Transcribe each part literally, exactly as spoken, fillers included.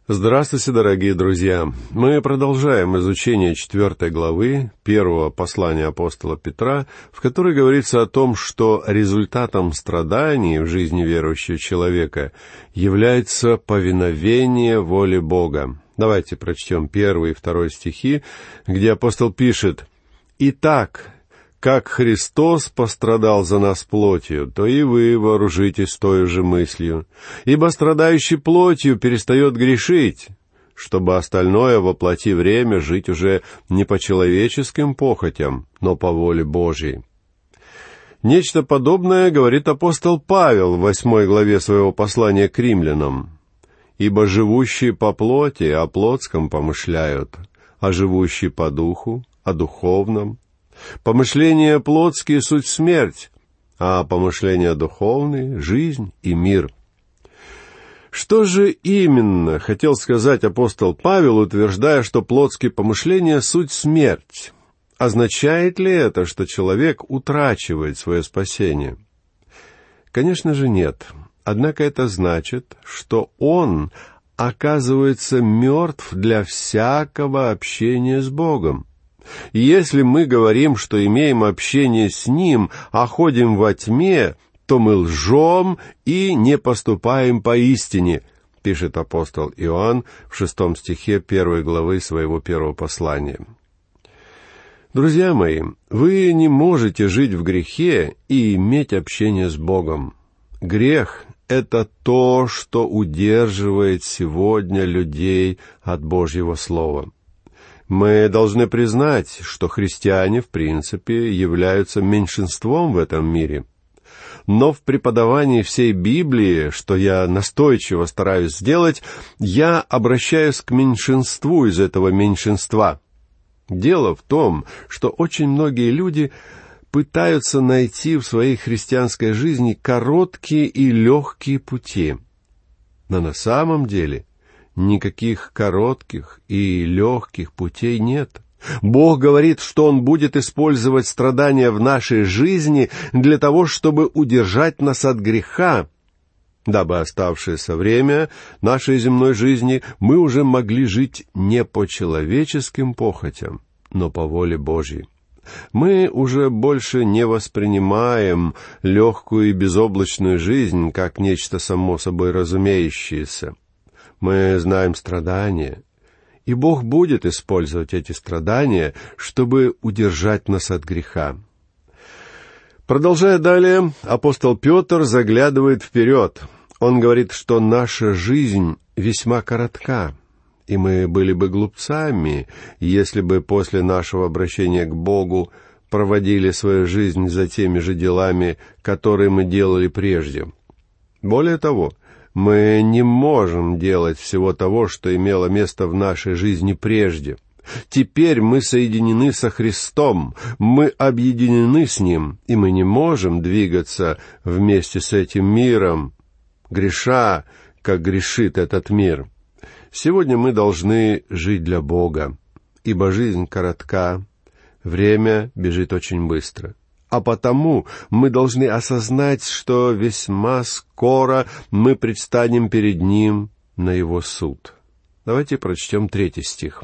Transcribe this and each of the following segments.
Здравствуйте, дорогие друзья! Мы продолжаем изучение четвертой главы первого послания апостола Петра, в которой говорится о том, что результатом страданий в жизни верующего человека является повиновение воле Бога. Давайте прочтем первый и второй стихи, где апостол пишет: «Итак, как Христос пострадал за нас плотью, то и вы вооружитесь той же мыслью. Ибо страдающий плотью перестает грешить, чтобы остальное во плоти время жить уже не по человеческим похотям, но по воле Божьей». Нечто подобное говорит апостол Павел в восьмой главе своего послания к римлянам. «Ибо живущие по плоти о плотском помышляют, а живущие по духу о духовном. Помышления плотские — суть смерть, а помышления духовные — жизнь и мир». Что же именно хотел сказать апостол Павел, утверждая, что плотские помышления — суть смерть? Означает ли это, что человек утрачивает свое спасение? Конечно же, нет. Однако это значит, что он оказывается мертв для всякого общения с Богом. Если мы говорим, что имеем общение с Ним, а ходим во тьме, то мы лжем и не поступаем поистине, пишет апостол Иоанн в шестом стихе первой главы своего первого послания. Друзья мои, вы не можете жить в грехе и иметь общение с Богом. Грех — это то, что удерживает сегодня людей от Божьего Слова. Мы должны признать, что христиане, в принципе, являются меньшинством в этом мире. Но в преподавании всей Библии, что я настойчиво стараюсь сделать, я обращаюсь к меньшинству из этого меньшинства. Дело в том, что очень многие люди пытаются найти в своей христианской жизни короткие и легкие пути. Но на самом деле никаких коротких и легких путей нет. Бог говорит, что Он будет использовать страдания в нашей жизни для того, чтобы удержать нас от греха, дабы оставшееся время нашей земной жизни мы уже могли жить не по человеческим похотям, но по воле Божьей. Мы уже больше не воспринимаем легкую и безоблачную жизнь как нечто само собой разумеющееся. Мы знаем страдания, и Бог будет использовать эти страдания, чтобы удержать нас от греха. Продолжая далее, апостол Петр заглядывает вперед. Он говорит, что наша жизнь весьма коротка, и мы были бы глупцами, если бы после нашего обращения к Богу проводили свою жизнь за теми же делами, которые мы делали прежде. Более того, мы не можем делать всего того, что имело место в нашей жизни прежде. Теперь мы соединены со Христом, мы объединены с Ним, и мы не можем двигаться вместе с этим миром, греша, как грешит этот мир. Сегодня мы должны жить для Бога, ибо жизнь коротка, время бежит очень быстро. А потому мы должны осознать, что весьма скоро мы предстанем перед Ним на Его суд. Давайте прочтем третий стих.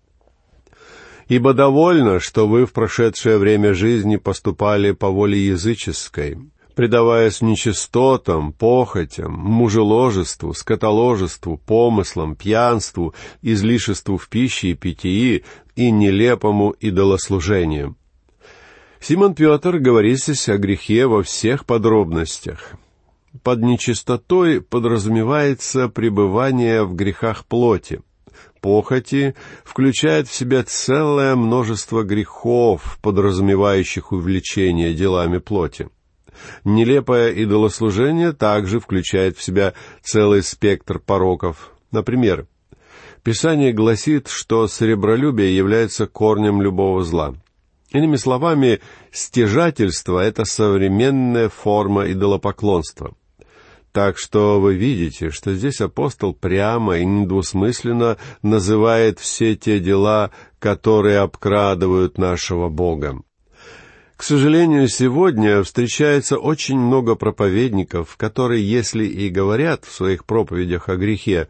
«Ибо довольно, что вы в прошедшее время жизни поступали по воле языческой, предаваясь нечистотам, похотям, мужеложеству, скотоложеству, помыслам, пьянству, излишеству в пище и питьи и нелепому идолослужению». Симон Петр говорит здесь о грехе во всех подробностях. Под нечистотой подразумевается пребывание в грехах плоти. Похоти включает в себя целое множество грехов, подразумевающих увлечение делами плоти. Нелепое идолослужение также включает в себя целый спектр пороков. Например, Писание гласит, что сребролюбие является корнем любого зла. Иными словами, стяжательство — это современная форма идолопоклонства. Так что вы видите, что здесь апостол прямо и недвусмысленно называет все те дела, которые обкрадывают нашего Бога. К сожалению, сегодня встречается очень много проповедников, которые, если и говорят в своих проповедях о грехе,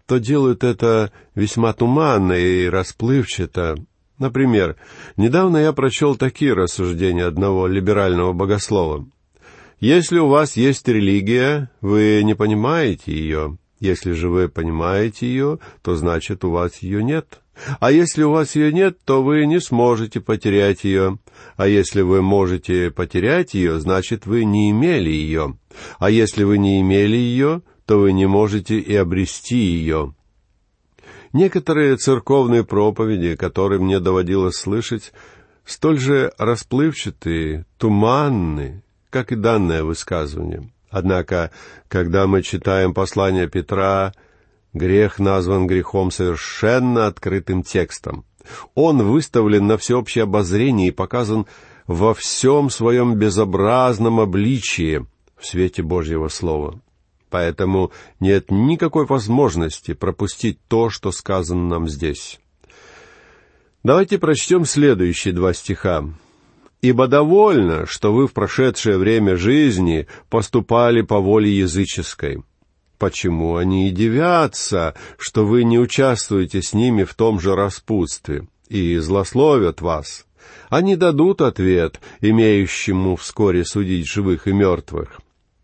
то делают это весьма туманно и расплывчато. Например, недавно я прочел такие рассуждения одного либерального богослова. «Если у вас есть религия, вы не понимаете ее. Если же вы понимаете ее, то значит, у вас ее нет. А если у вас ее нет, то вы не сможете потерять ее. А если вы можете потерять ее, значит, вы не имели ее. А если вы не имели ее, то вы не можете и обрести ее». Некоторые церковные проповеди, которые мне доводилось слышать, столь же расплывчатые, туманны, как и данное высказывание. Однако, когда мы читаем послание Петра, грех назван грехом совершенно открытым текстом. Он выставлен на всеобщее обозрение и показан во всем своем безобразном обличии в свете Божьего Слова. Поэтому нет никакой возможности пропустить то, что сказано нам здесь. Давайте прочтем следующие два стиха. «Ибо довольно, что вы в прошедшее время жизни поступали по воле языческой. Почему они и дивятся, что вы не участвуете с ними в том же распутстве, и злословят вас? Они дадут ответ, имеющему вскоре судить живых и мертвых.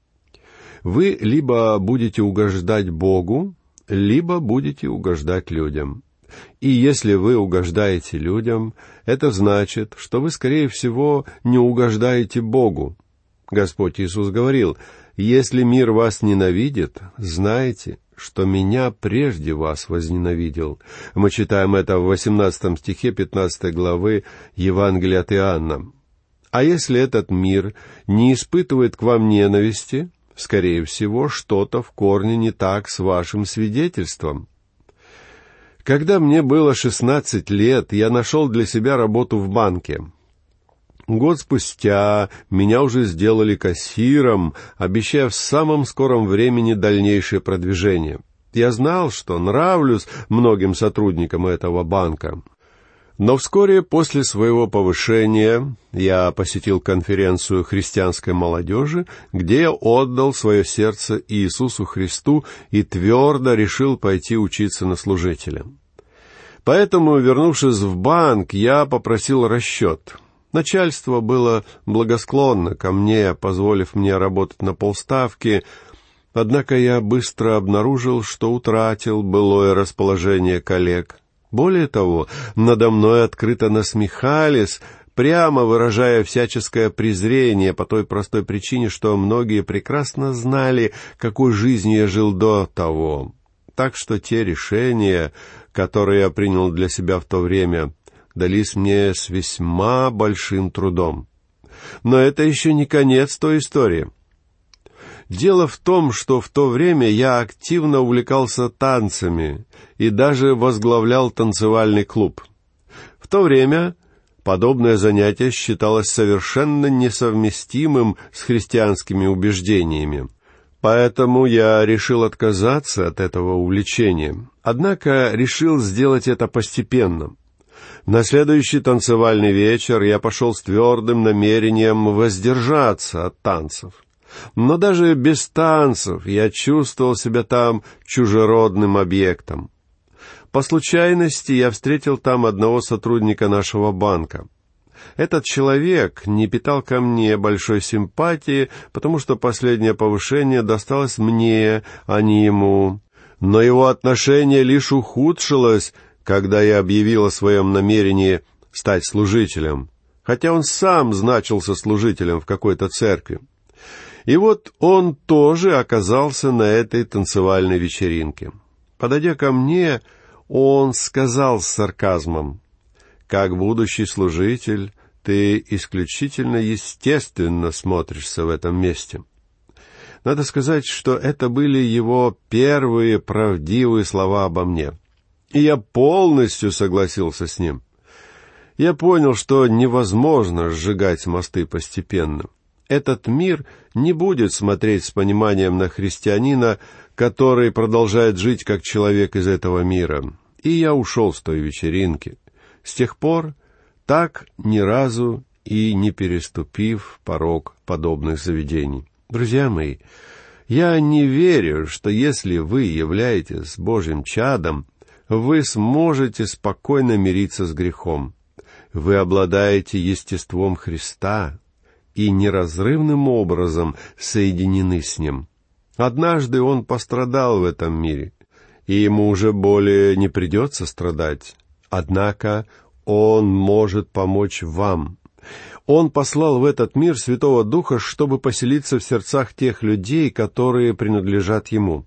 Вы либо будете угождать Богу, либо будете угождать людям. И если вы угождаете людям, это значит, что вы, скорее всего, не угождаете Богу. Господь Иисус говорил: «Если мир вас ненавидит, знайте, что Меня прежде вас возненавидел». Мы читаем это в восемнадцатом стихе пятнадцатой главы Евангелия от Иоанна. А если этот мир не испытывает к вам ненависти, скорее всего, что-то в корне не так с вашим свидетельством. Когда мне было шестнадцать лет, я нашел для себя работу в банке. Год спустя меня уже сделали кассиром, обещая в самом скором времени дальнейшее продвижение. Я знал, что нравлюсь многим сотрудникам этого банка. Но вскоре после своего повышения я посетил конференцию христианской молодежи, где я отдал свое сердце Иисусу Христу и твердо решил пойти учиться на служителя. Поэтому, вернувшись в банк, я попросил расчет. Начальство было благосклонно ко мне, позволив мне работать на полставки, однако я быстро обнаружил, что утратил былое расположение коллег. Более того, надо мной открыто насмехались, прямо выражая всяческое презрение по той простой причине, что многие прекрасно знали, какой жизнью я жил до того. Так что те решения, которые я принял для себя в то время, дались мне с весьма большим трудом. Но это еще не конец той истории. Дело в том, что в то время я активно увлекался танцами и даже возглавлял танцевальный клуб. В то время подобное занятие считалось совершенно несовместимым с христианскими убеждениями. Поэтому я решил отказаться от этого увлечения. Однако решил сделать это постепенно. На следующий танцевальный вечер я пошел с твердым намерением воздержаться от танцев. Но даже без танцев я чувствовал себя там чужеродным объектом. По случайности я встретил там одного сотрудника нашего банка. Этот человек не питал ко мне большой симпатии, потому что последнее повышение досталось мне, а не ему. Но его отношение лишь ухудшилось, когда я объявил о своем намерении стать служителем, хотя он сам значился служителем в какой-то церкви. И вот он тоже оказался на этой танцевальной вечеринке. Подойдя ко мне, он сказал с сарказмом: «Как будущий служитель, ты исключительно естественно смотришься в этом месте». Надо сказать, что это были его первые правдивые слова обо мне. И я полностью согласился с ним. Я понял, что невозможно сжигать мосты постепенно. Этот мир не будет смотреть с пониманием на христианина, который продолжает жить как человек из этого мира. И я ушел с той вечеринки. С тех пор так ни разу и не переступив порог подобных заведений. Друзья мои, Я не верю, что если вы являетесь Божьим чадом, вы сможете спокойно мириться с грехом. Вы обладаете естеством Христа и неразрывным образом соединены с Ним. Однажды Он пострадал в этом мире, и Ему уже более не придется страдать. Однако Он может помочь вам. Он послал в этот мир Святого Духа, чтобы поселиться в сердцах тех людей, которые принадлежат Ему.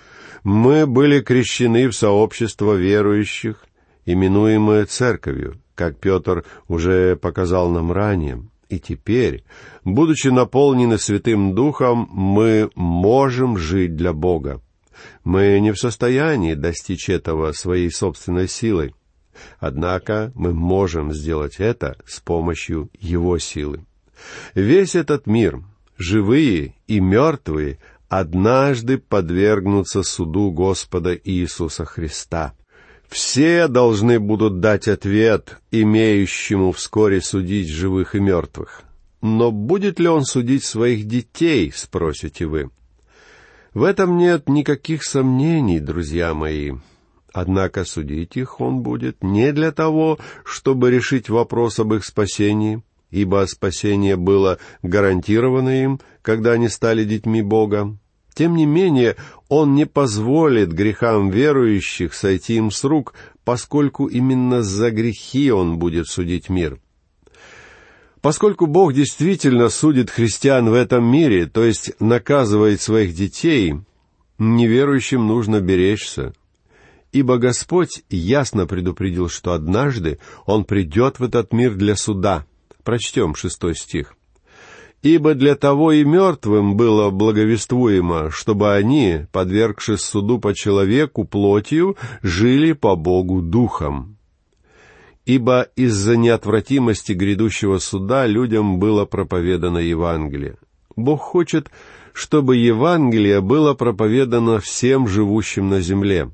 Мы были крещены в сообщество верующих, именуемое Церковью, как Петр уже показал нам ранее. И теперь, будучи наполнены Святым Духом, мы можем жить для Бога. Мы не в состоянии достичь этого своей собственной силой. Однако мы можем сделать это с помощью Его силы. Весь этот мир, живые и мертвые, однажды подвергнутся суду Господа Иисуса Христа. Все должны будут дать ответ, имеющему вскоре судить живых и мертвых. Но будет ли Он судить своих детей, спросите вы? В этом нет никаких сомнений, друзья мои. Однако судить их Он будет не для того, чтобы решить вопрос об их спасении, ибо спасение было гарантировано им, когда они стали детьми Бога. Тем не менее, Он не позволит грехам верующих сойти им с рук, поскольку именно за грехи Он будет судить мир. Поскольку Бог действительно судит христиан в этом мире, то есть наказывает своих детей, неверующим нужно беречься. Ибо Господь ясно предупредил, что однажды Он придет в этот мир для суда. Прочтем шестой стих. «Ибо для того и мертвым было благовествуемо, чтобы они, подвергшись суду по человеку плотью, жили по Богу духом. Ибо из-за неотвратимости грядущего суда людям было проповедано Евангелие. Бог хочет, чтобы Евангелие было проповедано всем живущим на земле.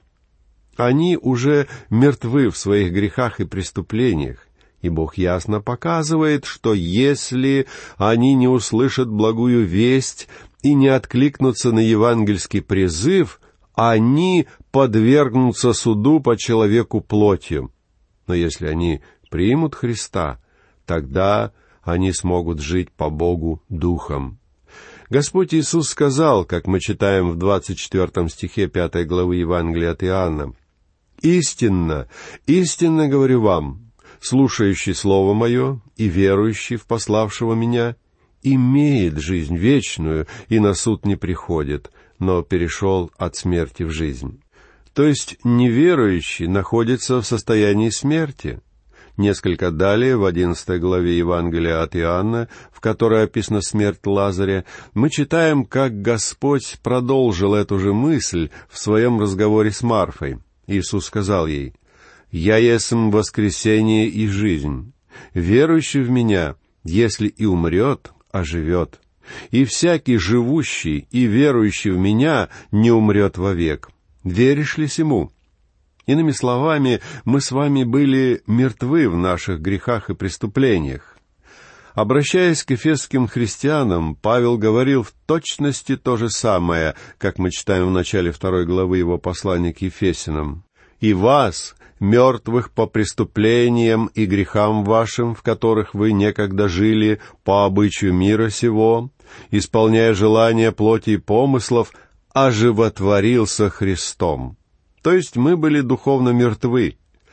Они уже мертвы в своих грехах и преступлениях, и Бог ясно показывает, что если они не услышат благую весть и не откликнутся на евангельский призыв, они подвергнутся суду по человеку плотью. Но если они примут Христа, тогда они смогут жить по Богу духом. Господь Иисус сказал, как мы читаем в двадцать четвёртом стихе пятой главы Евангелия от Иоанна: «Истинно, истинно говорю вам, слушающий Слово Мое и верующий в пославшего Меня имеет жизнь вечную и на суд не приходит, но перешел от смерти в жизнь». То есть неверующий находится в состоянии смерти. Несколько далее, в одиннадцатой главе Евангелия от Иоанна, в которой описана смерть Лазаря, мы читаем, как Господь продолжил эту же мысль в своем разговоре с Марфой. Иисус сказал ей: «Я есмь воскресение и жизнь. Верующий в Меня, если и умрет, оживет. И всякий живущий и верующий в Меня не умрет вовек. Веришь ли сему?» Иными словами, мы с вами были мертвы в наших грехах и преступлениях. Обращаясь к эфесским христианам, Павел говорил в точности то же самое, как мы читаем в начале второй главы его послания к Ефесянам. «И вас, мертвых по преступлениям и грехам вашим, в которых вы некогда жили по обычаю мира сего, исполняя желания плоти и помыслов, оживотворил со Христом». То есть мы были духовно мертвы.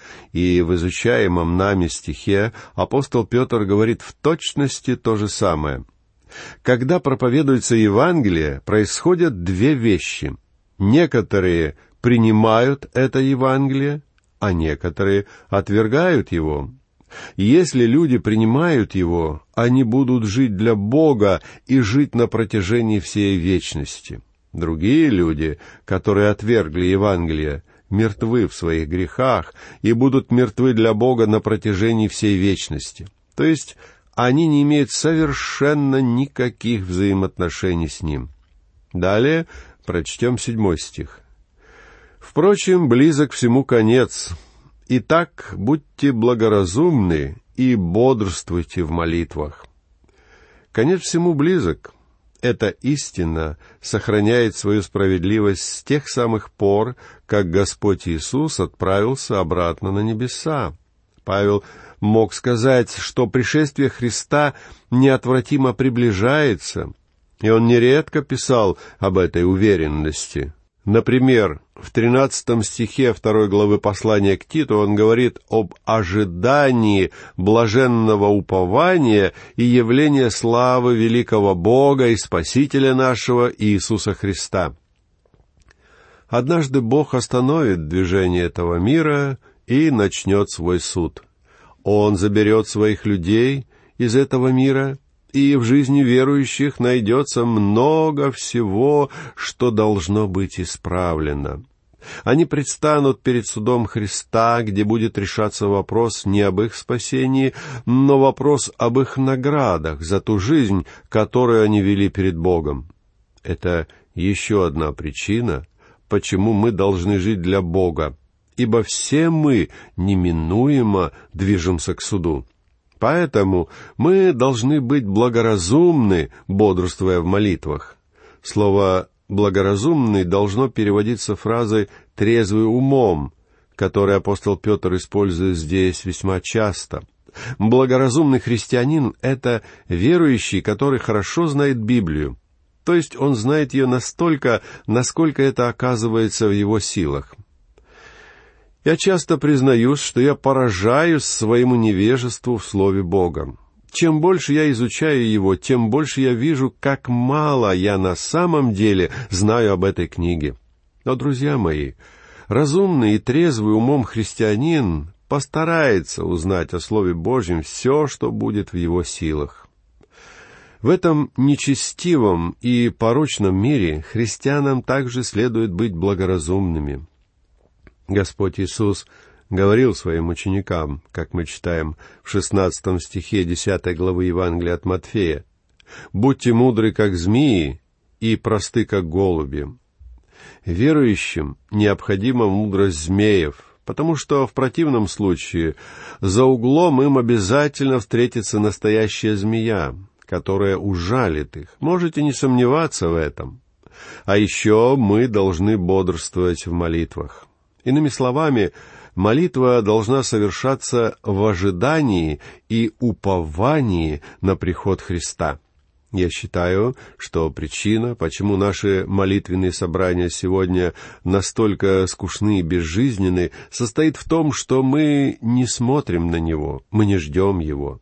И в изучаемом нами стихе апостол Петр говорит в точности то же самое. Когда проповедуется Евангелие, происходят две вещи. Некоторые принимают это Евангелие, а некоторые отвергают его. Если люди принимают его, они будут жить для Бога и жить на протяжении всей вечности. Другие люди, которые отвергли Евангелие, мертвы в своих грехах и будут мертвы для Бога на протяжении всей вечности. То есть они не имеют совершенно никаких взаимоотношений с Ним. Далее прочтем седьмой стих. «Впрочем, близок всему конец. Итак, будьте благоразумны и бодрствуйте в молитвах». Конец всему близок. Эта истина сохраняет свою справедливость с тех самых пор, как Господь Иисус отправился обратно на небеса. Павел мог сказать, что пришествие Христа неотвратимо приближается, и он нередко писал об этой уверенности. Например, в тринадцатом стихе второй главы послания к Титу он говорит об ожидании блаженного упования и явления славы великого Бога и Спасителя нашего Иисуса Христа. Однажды Бог остановит движение этого мира и начнет свой суд. Он заберет своих людей из этого мира, и в жизни верующих найдется много всего, что должно быть исправлено. Они предстанут перед судом Христа, где будет решаться вопрос не об их спасении, но вопрос об их наградах за ту жизнь, которую они вели перед Богом. Это еще одна причина, почему мы должны жить для Бога, ибо все мы неминуемо движемся к суду. Поэтому мы должны быть благоразумны, бодрствуя в молитвах. Слово «благоразумный» должно переводиться фразой «трезвый умом», которую апостол Петр использует здесь весьма часто. Благоразумный христианин — это верующий, который хорошо знает Библию, то есть он знает ее настолько, насколько это оказывается в его силах. Я часто признаюсь, что я поражаюсь своему невежеству в Слове Бога. Чем больше я изучаю его, тем больше я вижу, как мало я на самом деле знаю об этой книге. Но, друзья мои, разумный и трезвый умом христианин постарается узнать о Слове Божьем все, что будет в его силах. В этом нечестивом и порочном мире христианам также следует быть благоразумными. Господь Иисус говорил своим ученикам, как мы читаем в шестнадцатом стихе десятой главы Евангелия от Матфея: «Будьте мудры, как змеи, и просты, как голуби». Верующим необходима мудрость змеев, потому что в противном случае за углом им обязательно встретится настоящая змея, которая ужалит их. Можете не сомневаться в этом. А еще мы должны бодрствовать в молитвах. Иными словами, молитва должна совершаться в ожидании и уповании на приход Христа. Я считаю, что причина, почему наши молитвенные собрания сегодня настолько скучны и безжизненны, состоит в том, что мы не смотрим на Него, мы не ждем Его.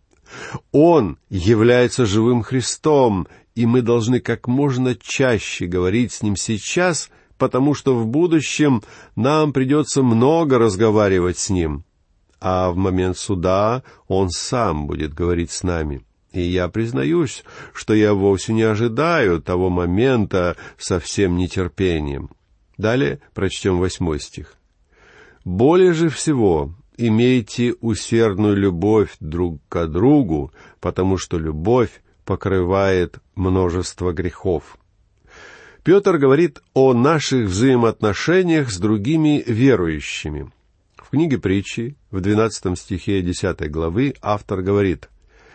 Он является живым Христом, и мы должны как можно чаще говорить с Ним сейчас, потому что в будущем нам придется много разговаривать с Ним, а в момент суда Он сам будет говорить с нами. И я признаюсь, что я вовсе не ожидаю того момента со всем нетерпением. Далее прочтем восьмой стих. «Более же всего имейте усердную любовь друг к другу, потому что любовь покрывает множество грехов». Петр говорит о наших взаимоотношениях с другими верующими. В книге Притчи, в двенадцатом стихе десятой главы, автор говорит: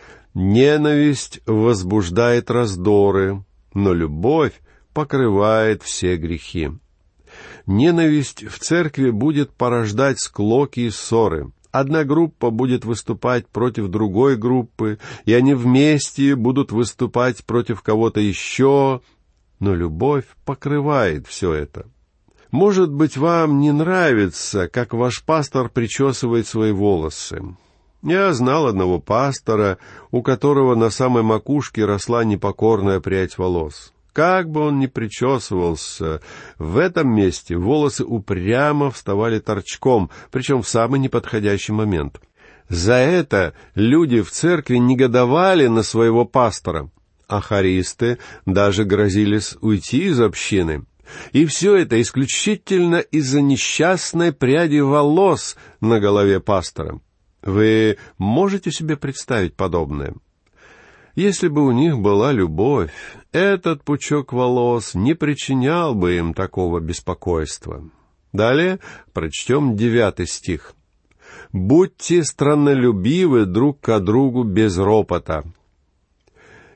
«Ненависть возбуждает раздоры, но любовь покрывает все грехи». Ненависть в церкви будет порождать склоки и ссоры. Одна группа будет выступать против другой группы, и они вместе будут выступать против кого-то еще, но любовь покрывает все это. Может быть, вам не нравится, как ваш пастор причесывает свои волосы. Я знал одного пастора, у которого на самой макушке росла непокорная прядь волос. Как бы он ни причесывался, в этом месте волосы упрямо вставали торчком, причем в самый неподходящий момент. За это люди в церкви негодовали на своего пастора, а хористы даже грозились уйти из общины. И все это исключительно из-за несчастной пряди волос на голове пастора. Вы можете себе представить подобное? Если бы у них была любовь, этот пучок волос не причинял бы им такого беспокойства. Далее прочтем девятый стих. «Будьте страннолюбивы друг к другу без ропота».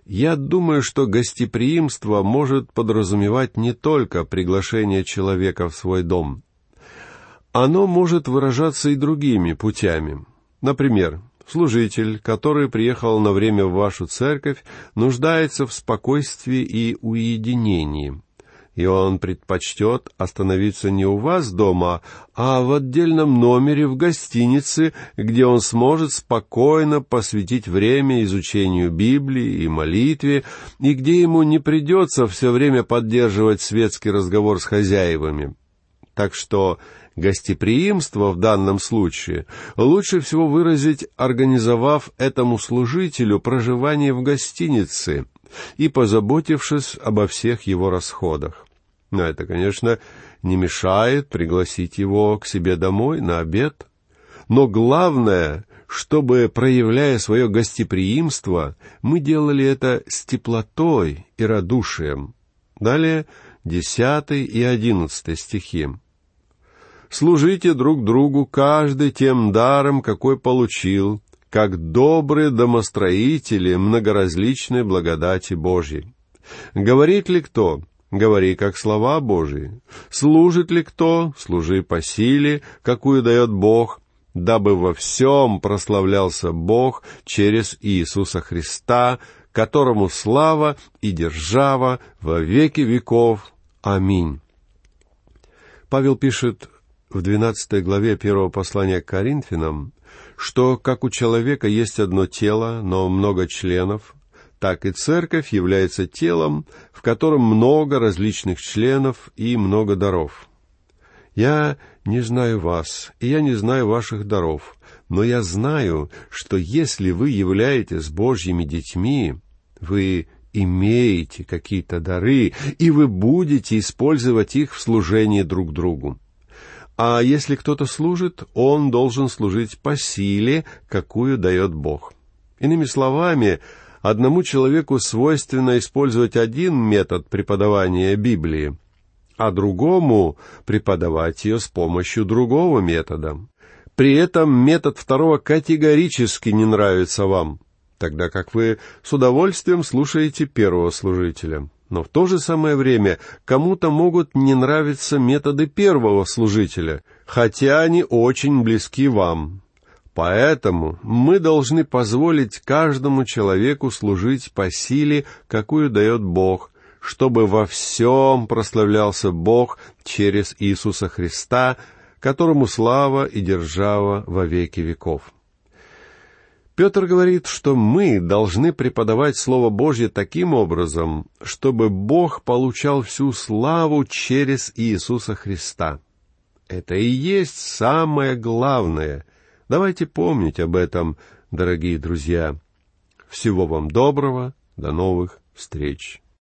Я думаю, что гостеприимство может подразумевать не только приглашение человека в свой дом. Оно может выражаться и другими путями. Например, служитель, который приехал на время в вашу церковь, нуждается в спокойствии и уединении, и он предпочтет остановиться не у вас дома, а в отдельном номере в гостинице, где он сможет спокойно посвятить время изучению Библии и молитве, и где ему не придется все время поддерживать светский разговор с хозяевами. Так что гостеприимство в данном случае лучше всего выразить, организовав этому служителю проживание в гостинице и позаботившись обо всех его расходах. Но это, конечно, не мешает пригласить его к себе домой на обед. Но главное, чтобы, проявляя свое гостеприимство, мы делали это с теплотой и радушием. Далее десятый и одиннадцатый стихи. «Служите друг другу каждый тем даром, какой получил, как добрые домостроители многоразличной благодати Божьей. Говорит ли кто? Говори, как слова Божии. Служит ли кто? Служи по силе, какую дает Бог, дабы во всем прославлялся Бог через Иисуса Христа, которому слава и держава во веки веков. Аминь». Павел пишет в двенадцатой главе первого послания к Коринфянам, что как у человека есть одно тело, но много членов, так и церковь является телом, в котором много различных членов и много даров. Я не знаю вас, и я не знаю ваших даров, но я знаю, что если вы являетесь Божьими детьми, вы имеете какие-то дары, и вы будете использовать их в служении друг другу. А если кто-то служит, он должен служить по силе, какую дает Бог. Иными словами, одному человеку свойственно использовать один метод преподавания Библии, а другому преподавать ее с помощью другого метода. При этом метод второго категорически не нравится вам, тогда как вы с удовольствием слушаете первого служителя. Но в то же самое время кому-то могут не нравиться методы первого служителя, хотя они очень близки вам. Поэтому мы должны позволить каждому человеку служить по силе, какую дает Бог, чтобы во всем прославлялся Бог через Иисуса Христа, которому слава и держава во веки веков. Петр говорит, что мы должны преподавать Слово Божье таким образом, чтобы Бог получал всю славу через Иисуса Христа. Это и есть самое главное. Давайте помнить об этом, дорогие друзья. Всего вам доброго, до новых встреч.